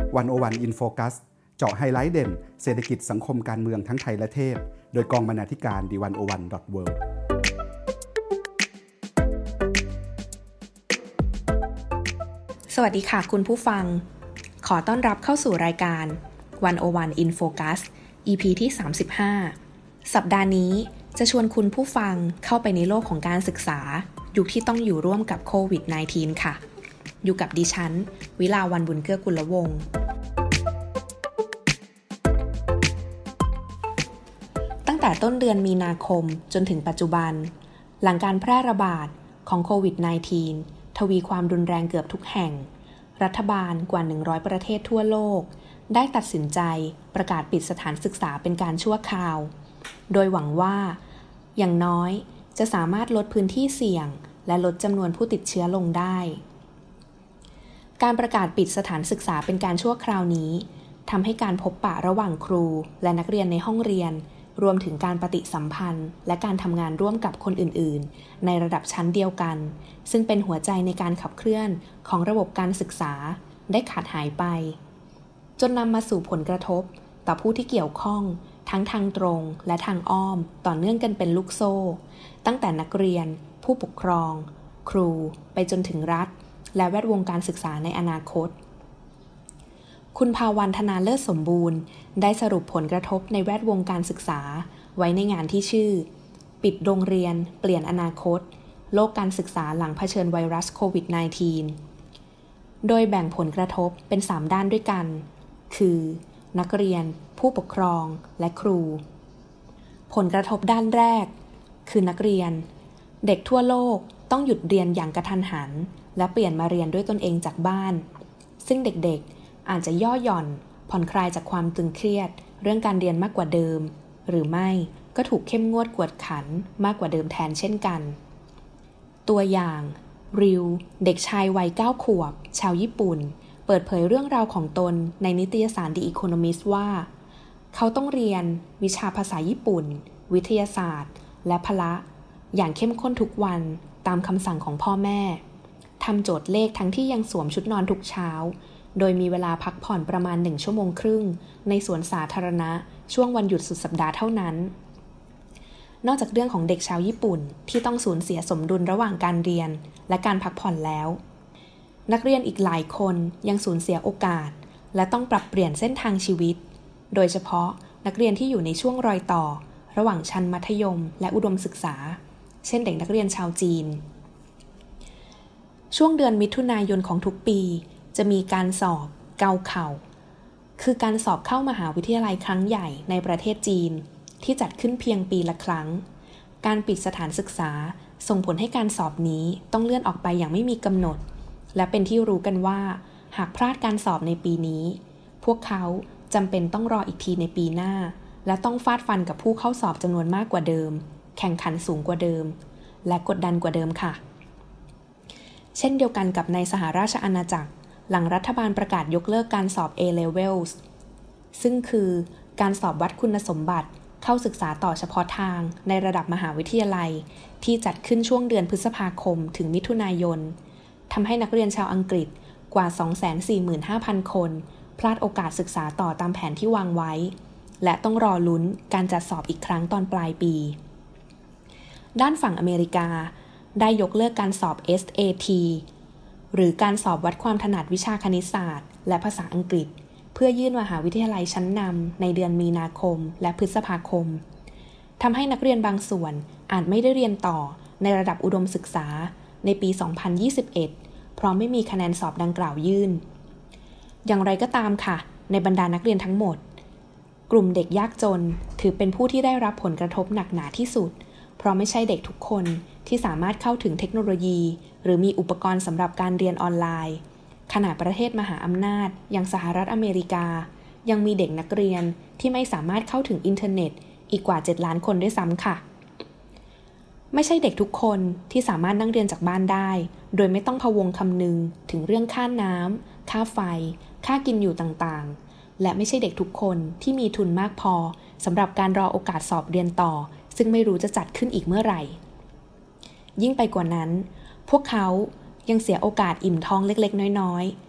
101 in Focus เจาะไฮไลท์เด่นเศรษฐกิจสังคมการเมืองทั้งไทยและเทศโดยกองบรรณาธิการ The101.world สวัสดีค่ะคุณผู้ฟังขอต้อนรับเข้าสู่รายการ101 in Focus EP ที่35สัปดาห์นี้จะชวนคุณผู้ฟังเข้าไปในโลกของการศึกษายุคที่ต้องอยู่ร่วมกับโควิด -19 ค่ะอยู่กับดิฉันวิลาวันบุญเกื้อกุลวงศ์ตั้งแต่ต้นเดือนมีนาคมจนถึงปัจจุบันหลังการแพร่ระบาดของโควิด -19 ทวีความรุนแรงเกือบทุกแห่งรัฐบาลกว่า100ประเทศทั่วโลกได้ตัดสินใจประกาศปิดสถานศึกษาเป็นการชั่วคราวโดยหวังว่าอย่างน้อยจะสามารถลดพื้นที่เสี่ยงและลดจำนวนผู้ติดเชื้อลงได้การประกาศปิดสถานศึกษาเป็นการชั่วคราวนี้ทำให้การพบปะระหว่างครูและนักเรียนในห้องเรียนรวมถึงการปฏิสัมพันธ์และการทำงานร่วมกับคนอื่นๆในระดับชั้นเดียวกันซึ่งเป็นหัวใจในการขับเคลื่อนของระบบการศึกษาได้ขาดหายไปจนนำมาสู่ผลกระทบต่อผู้ที่เกี่ยวข้องทั้งทางตรงและทางอ้อมต่อเนื่องกันเป็นลูกโซ่ตั้งแต่นักเรียนผู้ปกครองครูไปจนถึงรัฐและแวดวงการศึกษาในอนาคตคุณภาวันธนาเลิศสมบูรณ์ได้สรุปผลกระทบในแวดวงการศึกษาไว้ในงานที่ชื่อปิดโรงเรียนเปลี่ยนอนาคตโลกการศึกษาหลังเผชิญไวรัสโควิด -19 โดยแบ่งผลกระทบเป็น3ด้านด้วยกันคือนักเรียนผู้ปกครองและครูผลกระทบด้านแรกคือนักเรียนเด็กทั่วโลกต้องหยุดเรียนอย่างกระทันหันและเปลี่ยนมาเรียนด้วยตนเองจากบ้านซึ่งเด็กๆอาจจะย่อหย่อนผ่อนคลายจากความตึงเครียดเรื่องการเรียนมากกว่าเดิมหรือไม่ก็ถูกเข้มงวดกวดขันมากกว่าเดิมแทนเช่นกันตัวอย่างริวเด็กชายวัย9 ขวบชาวญี่ปุ่นเปิดเผยเรื่องราวของตนในนิตยสาร The Economist ว่าเขาต้องเรียนวิชาภาษาญี่ปุ่นวิทยาศาสตร์และพละอย่างเข้มข้นทุกวันตามคำสั่งของพ่อแม่ทำโจทย์เลขทั้งที่ยังสวมชุดนอนทุกเช้าโดยมีเวลาพักผ่อนประมาณ1 ชั่วโมงครึ่งในสวนสาธารณะช่วงวันหยุดสุดสัปดาห์เท่านั้นนอกจากเรื่องของเด็กชาวญี่ปุ่นที่ต้องสูญเสียสมดุลระหว่างการเรียนและการพักผ่อนแล้วนักเรียนอีกหลายคนยังสูญเสียโอกาสและต้องปรับเปลี่ยนเส้นทางชีวิตโดยเฉพาะนักเรียนที่อยู่ในช่วงรอยต่อระหว่างชั้นมัธยมและอุดมศึกษาเช่นเด็กนักเรียนชาวจีนช่วงเดือนมิถุนายนของทุกปีจะมีการสอบเกาเข่าคือการสอบเข้ามหาวิทยาลัยครั้งใหญ่ในประเทศจีนที่จัดขึ้นเพียงปีละครั้งการปิดสถานศึกษาส่งผลให้การสอบนี้ต้องเลื่อนออกไปอย่างไม่มีกำหนดและเป็นที่รู้กันว่าหากพลาดการสอบในปีนี้พวกเขาจำเป็นต้องรออีกทีในปีหน้าและต้องฟาดฟันกับผู้เข้าสอบจำนวนมากกว่าเดิมแข่งขันสูงกว่าเดิมและกดดันกว่าเดิมค่ะเช่นเดียวกันกับในสหราชอาณาจักรหลังรัฐบาลประกาศยกเลิกการสอบ A-Levels ซึ่งคือการสอบวัดคุณสมบัติเข้าศึกษาต่อเฉพาะทางในระดับมหาวิทยาลัยที่จัดขึ้นช่วงเดือนพฤษภาคมถึงมิถุนายนทำให้นักเรียนชาวอังกฤษกว่า 245,000 คนพลาดโอกาสศึกษาต่อตามแผนที่วางไว้และต้องรอลุ้นการจัดสอบอีกครั้งตอนปลายปีด้านฝั่งอเมริกาได้ยกเลิกการสอบ SAT หรือการสอบวัดความถนัดวิชาคณิตศาสตร์และภาษาอังกฤษเพื่อยื่นมหาวิทยาลัยชั้นนำในเดือนมีนาคมและพฤษภาคมทำให้นักเรียนบางส่วนอาจไม่ได้เรียนต่อในระดับอุดมศึกษาในปี 2021 เพราะไม่มีคะแนนสอบดังกล่าวยื่นอย่างไรก็ตามค่ะในบรรดานักเรียนทั้งหมดกลุ่มเด็กยากจนถือเป็นผู้ที่ได้รับผลกระทบหนักหนาที่สุดเพราะไม่ใช่เด็กทุกคนที่สามารถเข้าถึงเทคโนโลยีหรือมีอุปกรณ์สำหรับการเรียนออนไลน์ขณะประเทศมหาอำนาจอย่างสหรัฐอเมริกายังมีเด็กนักเรียนที่ไม่สามารถเข้าถึงอินเทอร์เน็ตอีกกว่า7 ล้านคนด้วยซ้ำค่ะไม่ใช่เด็กทุกคนที่สามารถนั่งเรียนจากบ้านได้โดยไม่ต้องพะวงคำนึงถึงเรื่องค่าน้ำค่าไฟค่ากินอยู่ต่างๆและไม่ใช่เด็กทุกคนที่มีทุนมากพอสำหรับการรอโอกาสสอบเรียนต่อซึ่งไม่รู้จะจัดขึ้นอีกเมื่อไหร่ยิ่งไปกว่านั้นพวกเขายังเสียโอกาสอิ่มท้องเล็กๆน้อยๆ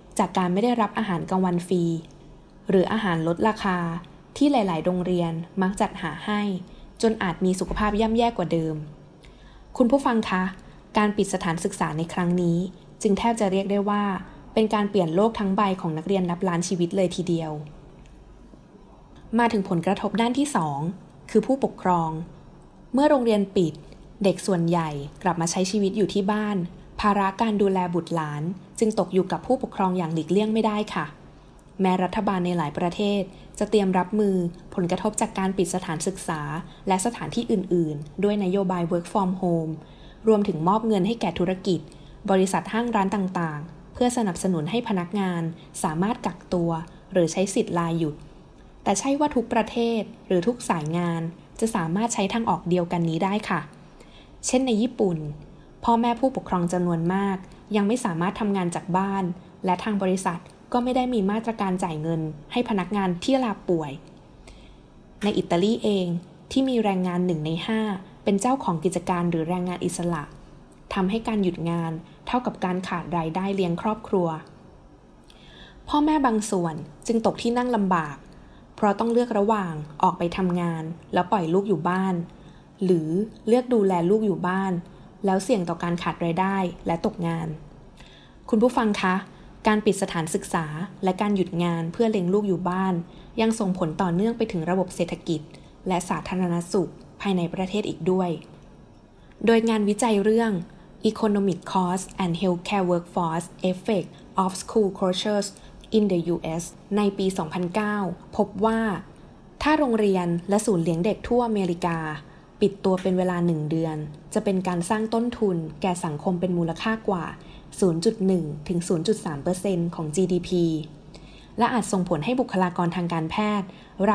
จากการไม่ได้รับอาหารกลางวันฟรีหรืออาหารลดราคาที่หลายๆโรงเรียนมักจัดหาให้จนอาจมีสุขภาพย่ำแย่กว่าเดิมคุณผู้ฟังคะการปิดสถานศึกษาในครั้งนี้จึงแทบจะเรียกได้ว่าเป็นการเปลี่ยนโลกทั้งใบของนักเรียนนับล้านชีวิตเลยทีเดียวมาถึงผลกระทบด้านที่2คือผู้ปกครองเมื่อโรงเรียนปิดเด็กส่วนใหญ่กลับมาใช้ชีวิตอยู่ที่บ้านภาระการดูแลบุตรหลานจึงตกอยู่กับผู้ปกครองอย่างหลีกเลี่ยงไม่ได้ค่ะแม้รัฐบาลในหลายประเทศจะเตรียมรับมือผลกระทบจากการปิดสถานศึกษาและสถานที่อื่นๆด้วยนโยบาย Work from Home รวมถึงมอบเงินให้แก่ธุรกิจบริษัทห้างร้านต่างๆเพื่อสนับสนุนให้พนักงานสามารถกักตัวหรือใช้สิทธิ์ลาหยุดแต่ใช่ว่าทุกประเทศหรือทุกสายงานจะสามารถใช้ทางออกเดียวกันนี้ได้ค่ะเช่นในญี่ปุ่นพ่อแม่ผู้ปกครองจำนวนมากยังไม่สามารถทำงานจากบ้านและทางบริษัทก็ไม่ได้มีมาตรการจ่ายเงินให้พนักงานที่ลาป่วยในอิตาลีเองที่มีแรงงาน1 ใน 5เป็นเจ้าของกิจการหรือแรงงานอิสระทำให้การหยุดงานเท่ากับการขาดรายได้เลี้ยงครอบครัวพ่อแม่บางส่วนจึงตกที่นั่งลำบากเพราะต้องเลือกระหว่างออกไปทำงานแล้วปล่อยลูกอยู่บ้านหรือเลือกดูแลลูกอยู่บ้านแล้วเสี่ยงต่อการขาดรายได้และตกงานคุณผู้ฟังคะการปิดสถานศึกษาและการหยุดงานเพื่อเลี้ยงลูกอยู่บ้านยังส่งผลต่อเนื่องไปถึงระบบเศรษฐกิจและสาธารณสุขภายในประเทศอีกด้วยโดยงานวิจัยเรื่อง Economic Cost and Healthcare Workforce Effect of School Closures in the US ในปี 2009 พบว่าถ้าโรงเรียนและศูนย์เลี้ยงเด็กทั่วอเมริกาปิดตัวเป็นเวลา1 เดือนจะเป็นการสร้างต้นทุนแก่สังคมเป็นมูลค่ากว่า 0.1 ถึง 0.3% ของ GDP และอาจส่งผลให้บุคลากรทางการแพทย์ราว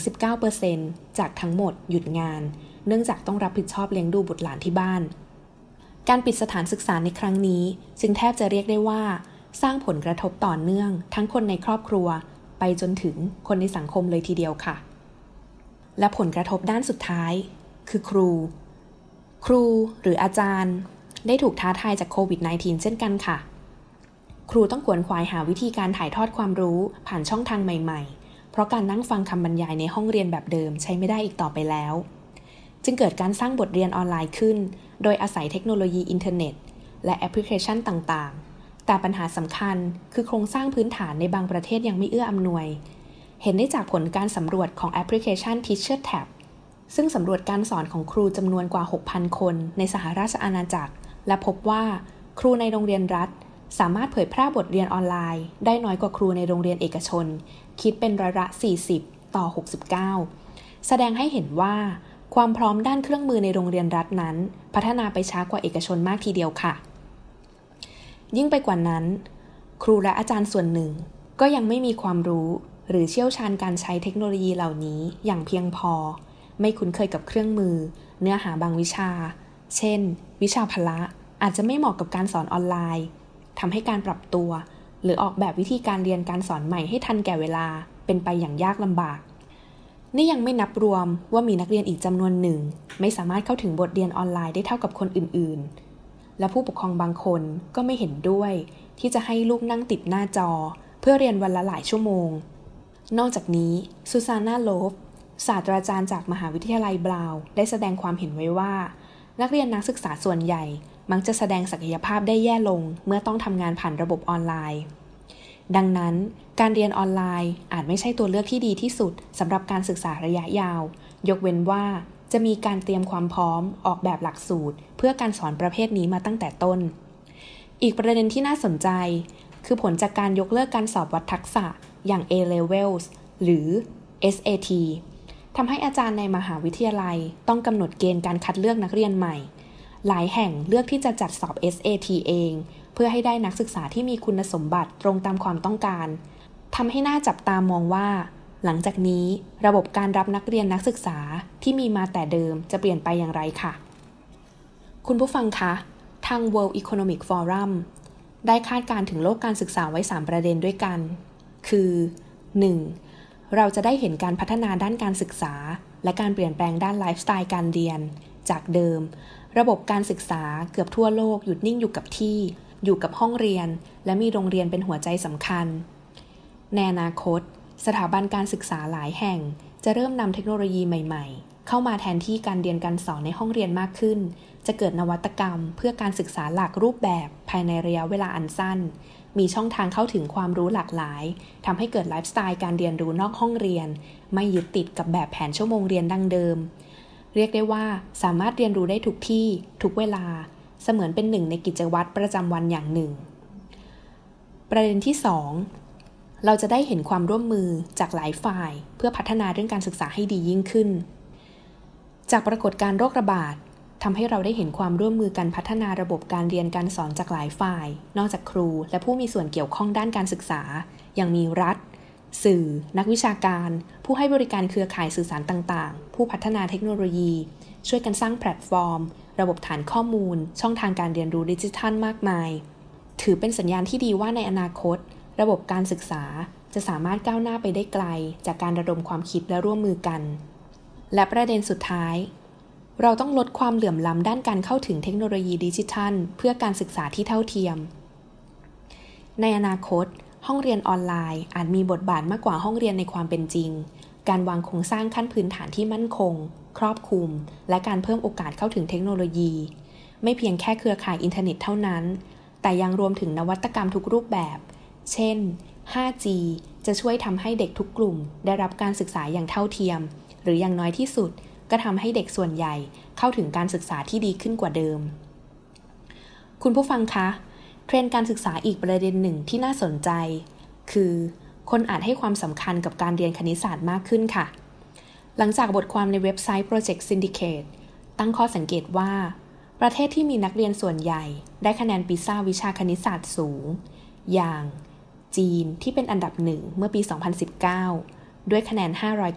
6-19% จากทั้งหมดหยุดงานเนื่องจากต้องรับผิดชอบเลี้ยงดูบุตรหลานที่บ้านการปิดสถานศึกษาในครั้งนี้จึงแทบจะเรียกได้ว่าสร้างผลกระทบต่อเนื่องทั้งคนในครอบครัวไปจนถึงคนในสังคมเลยทีเดียวค่ะและผลกระทบด้านสุดท้ายคือครูหรืออาจารย์ได้ถูกท้าทายจากโควิด -19 เช่นกันค่ะครูต้องขวนขวายหาวิธีการถ่ายทอดความรู้ผ่านช่องทางใหม่ๆเพราะการนั่งฟังคำบรรยายในห้องเรียนแบบเดิมใช้ไม่ได้อีกต่อไปแล้วจึงเกิดการสร้างบทเรียนออนไลน์ขึ้นโดยอาศัยเทคโนโลยีอินเทอร์เน็ตและแอปพลิเคชันต่างๆแต่ปัญหาสำคัญคือโครงสร้างพื้นฐานในบางประเทศยังไม่เอื้ออำนวยเห็นได้จากผลการสำรวจของแอปพลิเคชัน TeacherTab ซึ่งสำรวจการสอนของครูจำนวนกว่า 6,000 คนในสหราชอาณาจักรและพบว่าครูในโรงเรียนรัฐสามารถเผยแพร่บทเรียนออนไลน์ได้น้อยกว่าครูในโรงเรียนเอกชนคิดเป็นร้อยละ 40 ต่อ 69แสดงให้เห็นว่าความพร้อมด้านเครื่องมือในโรงเรียนรัฐนั้นพัฒนาไปช้ากว่าเอกชนมากทีเดียวค่ะยิ่งไปกว่านั้นครูและอาจารย์ส่วนหนึ่งก็ยังไม่มีความรู้หรือเชี่ยวชาญการใช้เทคโนโลยีเหล่านี้อย่างเพียงพอไม่คุ้นเคยกับเครื่องมือเนื้อหาบางวิชาเช่นวิชาพละอาจจะไม่เหมาะกับการสอนออนไลน์ทำให้การปรับตัวหรือออกแบบวิธีการเรียนการสอนใหม่ให้ทันแก่เวลาเป็นไปอย่างยากลำบากนี่ยังไม่นับรวมว่ามีนักเรียนอีกจำนวนหนึ่งไม่สามารถเข้าถึงบทเรียนออนไลน์ได้เท่ากับคนอื่นๆและผู้ปกครองบางคนก็ไม่เห็นด้วยที่จะให้ลูกนั่งติดหน้าจอเพื่อเรียนวันละหลายชั่วโมงนอกจากนี้ซูซาน่าโลฟศาสตราจารย์จากมหาวิทยาลัยบราวน์ได้แสดงความเห็นไว้ว่านักเรียนนักศึกษาส่วนใหญ่มักจะแสดงศักยภาพได้แย่ลงเมื่อต้องทำงานผ่านระบบออนไลน์ดังนั้นการเรียนออนไลน์อาจไม่ใช่ตัวเลือกที่ดีที่สุดสำหรับการศึกษาระยะยาวยกเว้นว่าจะมีการเตรียมความพร้อมออกแบบหลักสูตรเพื่อการสอนประเภทนี้มาตั้งแต่ต้นอีกประเด็นที่น่าสนใจคือผลจากการยกเลิกการสอบวัดทักษะอย่าง A-Levels หรือ SAT ทำให้อาจารย์ในมหาวิทยาลัยต้องกำหนดเกณฑ์การคัดเลือกนักเรียนใหม่หลายแห่งเลือกที่จะจัดสอบ SAT เองเพื่อให้ได้นักศึกษาที่มีคุณสมบัติตรงตามความต้องการทำให้น่าจับตามองว่าหลังจากนี้ระบบการรับนักเรียนนักศึกษาที่มีมาแต่เดิมจะเปลี่ยนไปอย่างไรค่ะคุณผู้ฟังคะทาง World Economic Forum ได้คาดการณ์ถึงโลกการศึกษาไว้3ประเด็นด้วยกันคือ 1. เราจะได้เห็นการพัฒนาด้านการศึกษาและการเปลี่ยนแปลงด้านไลฟ์สไตล์การเรียนจากเดิมระบบการศึกษาเกือบทั่วโลกหยุดนิ่งอยู่กับที่อยู่กับห้องเรียนและมีโรงเรียนเป็นหัวใจสำคัญในอนาคตสถาบันการศึกษาหลายแห่งจะเริ่มนำเทคโนโลยีใหม่ๆเข้ามาแทนที่การเรียนการสอนในห้องเรียนมากขึ้นจะเกิดนวัตกรรมเพื่อการศึกษาหลากรูปแบบภายในระยะเวลาอันสั้นมีช่องทางเข้าถึงความรู้หลากหลายทำให้เกิดไลฟ์สไตล์การเรียนรู้นอกห้องเรียนไม่ยึดติดกับแบบแผนชั่วโมงเรียนดั้งเดิมเรียกได้ว่าสามารถเรียนรู้ได้ทุกที่ทุกเวลาเสมือนเป็นหนึ่งในกิจวัตรประจำวันอย่างหนึ่งประเด็นที่ 2เราจะได้เห็นความร่วมมือจากหลายฝ่ายเพื่อพัฒนาเรื่องการศึกษาให้ดียิ่งขึ้นจากปรากฏการณ์โรคระบาดทำให้เราได้เห็นความร่วมมือกันพัฒนาระบบการเรียนการสอนจากหลายฝ่ายนอกจากครูและผู้มีส่วนเกี่ยวข้องด้านการศึกษายังมีรัฐสื่อนักวิชาการผู้ให้บริการเครือข่ายสื่อสารต่างๆผู้พัฒนาเทคโนโลยีช่วยกันสร้างแพลตฟอร์มระบบฐานข้อมูลช่องทางการเรียนรู้ดิจิทัลมากมายถือเป็นสัญญาณที่ดีว่าในอนาคตระบบการศึกษาจะสามารถก้าวหน้าไปได้ไกลจากการระดมความคิดและร่วมมือกันและประเด็นสุดท้ายเราต้องลดความเหลื่อมล้ำด้านการเข้าถึงเทคโนโลยีดิจิทัลเพื่อการศึกษาที่เท่าเทียมในอนาคตห้องเรียนออนไลน์อาจมีบทบาทมากกว่าห้องเรียนในความเป็นจริงการวางโครงสร้างขั้นพื้นฐานที่มั่นคงครอบคลุมและการเพิ่มโอกาสเข้าถึงเทคโนโลยีไม่เพียงแค่เครือข่ายอินเทอร์เน็ตเท่านั้นแต่ยังรวมถึงนวัตกรรมทุกรูปแบบเช่น 5G จะช่วยทำให้เด็กทุกกลุ่มได้รับการศึกษาอย่างเท่าเทียมหรืออย่างน้อยที่สุดก็ทำให้เด็กส่วนใหญ่เข้าถึงการศึกษาที่ดีขึ้นกว่าเดิมคุณผู้ฟังคะเทรนด์การศึกษาอีกประเด็นหนึ่งที่น่าสนใจคือคนอาจให้ความสำคัญกับการเรียนคณิตศาสตร์มากขึ้นค่ะหลังจากบทความในเว็บไซต์ Project Syndicate ตั้งข้อสังเกตว่าประเทศที่มีนักเรียนส่วนใหญ่ได้คะแนนปีซ่าวิชาคณิตศาสตร์สูงอย่างจีนที่เป็นอันดับ1เมื่อปี 2019 ด้วยคะแนน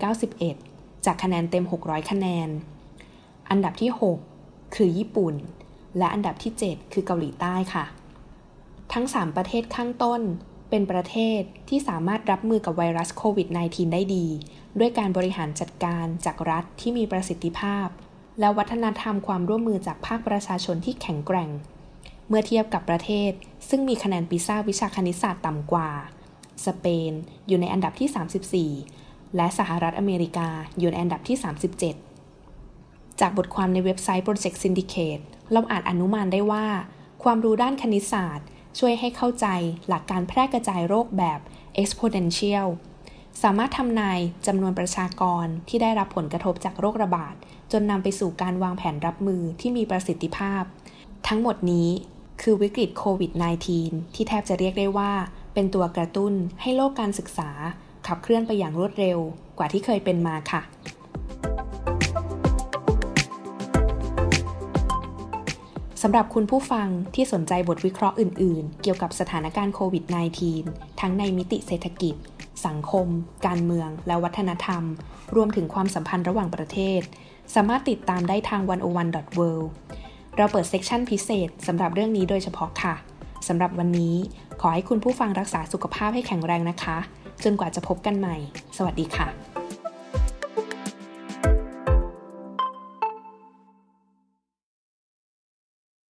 591จากคะแนนเต็ม600คะแนนอันดับที่6คือญี่ปุ่นและอันดับที่7คือเกาหลีใต้ค่ะทั้ง3ประเทศข้างต้นเป็นประเทศที่สามารถรับมือกับไวรัสโควิด -19 ได้ดีด้วยการบริหารจัดการจากรัฐที่มีประสิทธิภาพและวัฒนธรรมความร่วมมือจากภาคประชาชนที่แข็งแกร่งเมื่อเทียบกับประเทศซึ่งมีคะแนนปีซ่าวิชาคณิตศาสตร์ต่ำกว่าสเปนอยู่ในอันดับที่34และสหรัฐอเมริกาอยู่ในอันดับที่37จากบทความในเว็บไซต์ Project Syndicate เราอาจอนุมานได้ว่าความรู้ด้านคณิตศาสตร์ช่วยให้เข้าใจหลักการแพร่กระจายโรคแบบ exponential สามารถทำนายจำนวนประชากรที่ได้รับผลกระทบจากโรคระบาดจนนำไปสู่การวางแผนรับมือที่มีประสิทธิภาพทั้งหมดนี้คือวิกฤตโควิด -19 ที่แทบจะเรียกได้ว่าเป็นตัวกระตุ้นให้โลกการศึกษาขับเคลื่อนไปอย่างรวดเร็วกว่าที่เคยเป็นมาค่ะสำหรับคุณผู้ฟังที่สนใจบทวิเคราะห์อื่นๆเกี่ยวกับสถานการณ์โควิด -19 ทั้งในมิติเศรษฐกิจสังคมการเมืองและวัฒนธรรมรวมถึงความสัมพันธ์ระหว่างประเทศสามารถติดตามได้ทาง 101.world เราเปิดเซกชันพิเศษสำหรับเรื่องนี้โดยเฉพาะค่ะสำหรับวันนี้ขอให้คุณผู้ฟังรักษาสุขภาพให้แข็งแรงนะคะจนกว่าจะพบกันใหม่สวัสดีค่ะ